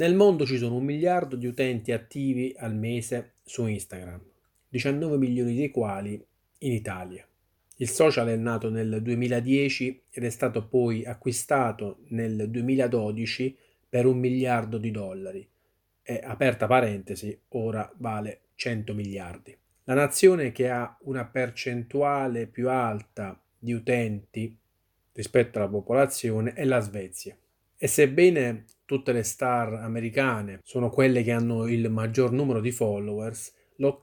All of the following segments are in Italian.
Nel mondo ci sono 1 miliardo di utenti attivi al mese su Instagram, 19 milioni dei quali in Italia. Il social è nato nel 2010 ed è stato poi acquistato nel 2012 per 1 miliardo di dollari e, aperta parentesi, ora vale 100 miliardi. La nazione che ha una percentuale più alta di utenti rispetto alla popolazione è la Svezia. E sebbene tutte le star americane sono quelle che hanno il maggior numero di followers,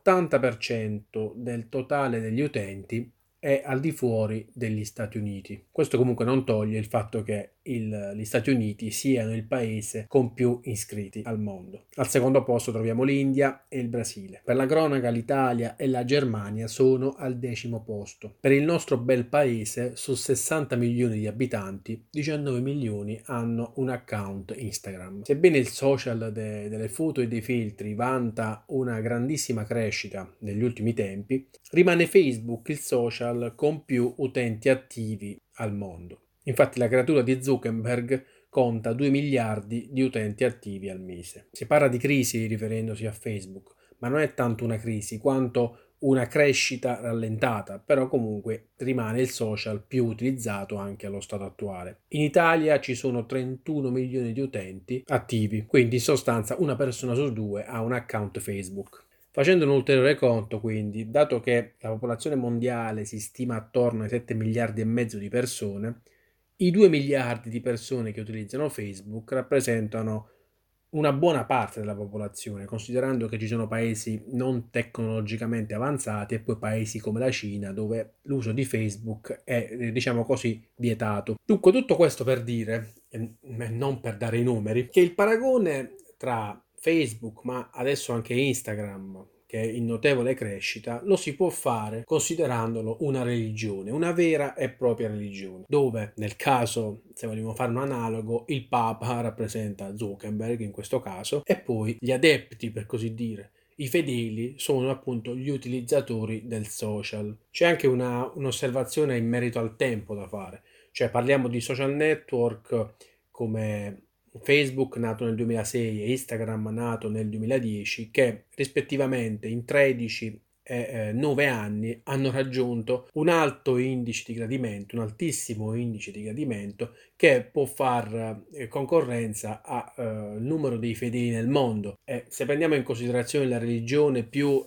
l'80% del totale degli utenti è al di fuori degli Stati Uniti. Questo comunque non toglie il fatto che gli Stati Uniti siano il paese con più iscritti al mondo. Al secondo posto troviamo l'India e il Brasile. Per la cronaca l'Italia e la Germania sono al 10° posto. Per il nostro bel paese, su 60 milioni di abitanti, 19 milioni hanno un account Instagram. Sebbene il social delle foto e dei filtri vanta una grandissima crescita negli ultimi tempi, rimane Facebook il social con più utenti attivi al mondo. Infatti la creatura di Zuckerberg conta 2 miliardi di utenti attivi al mese. Si parla di crisi riferendosi a Facebook, ma non è tanto una crisi quanto una crescita rallentata, però comunque rimane il social più utilizzato anche allo stato attuale. In Italia ci sono 31 milioni di utenti attivi, quindi in sostanza una persona su due ha un account Facebook. Facendo un ulteriore conto, quindi, dato che la popolazione mondiale si stima attorno ai 7 miliardi e mezzo di persone, i 2 miliardi di persone che utilizzano Facebook rappresentano una buona parte della popolazione, considerando che ci sono paesi non tecnologicamente avanzati e poi paesi come la Cina dove l'uso di Facebook è, diciamo così, vietato. Dunque, tutto questo per dire, e non per dare i numeri, che il paragone tra Facebook, ma adesso anche Instagram, che è in notevole crescita, lo si può fare considerandolo una religione, una vera e propria religione, dove nel caso, se vogliamo fare un analogo, il Papa rappresenta Zuckerberg in questo caso e poi gli adepti, per così dire, i fedeli sono appunto gli utilizzatori del social. C'è anche un'osservazione in merito al tempo da fare, cioè parliamo di social network come Facebook nato nel 2006 e Instagram nato nel 2010 che rispettivamente in 13 e 9 anni hanno raggiunto un alto indice di gradimento, un altissimo indice di gradimento che può far concorrenza al numero dei fedeli nel mondo. E se prendiamo in considerazione la religione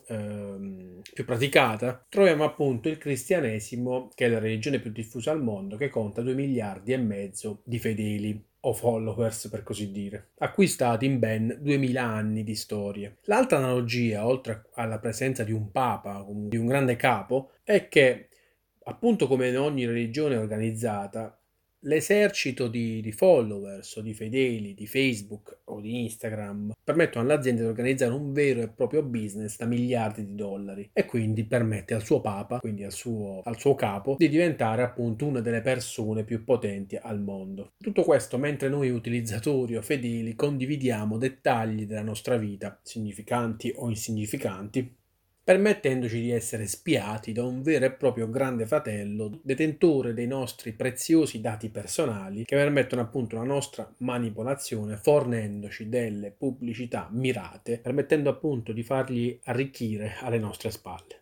più praticata, troviamo appunto il cristianesimo, che è la religione più diffusa al mondo, che conta 2 miliardi e mezzo di fedeli o followers per così dire, acquistati in ben 2000 anni di storia. L'altra analogia, oltre alla presenza di un papa, di un grande capo, è che appunto come in ogni religione organizzata, l'esercito di followers o di fedeli di Facebook o di Instagram permettono all'azienda di organizzare un vero e proprio business da miliardi di dollari e quindi permette al suo papa, quindi al suo capo, di diventare appunto una delle persone più potenti al mondo. Tutto questo mentre noi utilizzatori o fedeli condividiamo dettagli della nostra vita, significanti o insignificanti, permettendoci di essere spiati da un vero e proprio grande fratello, detentore dei nostri preziosi dati personali che permettono appunto la nostra manipolazione, fornendoci delle pubblicità mirate, permettendo appunto di fargli arricchire alle nostre spalle.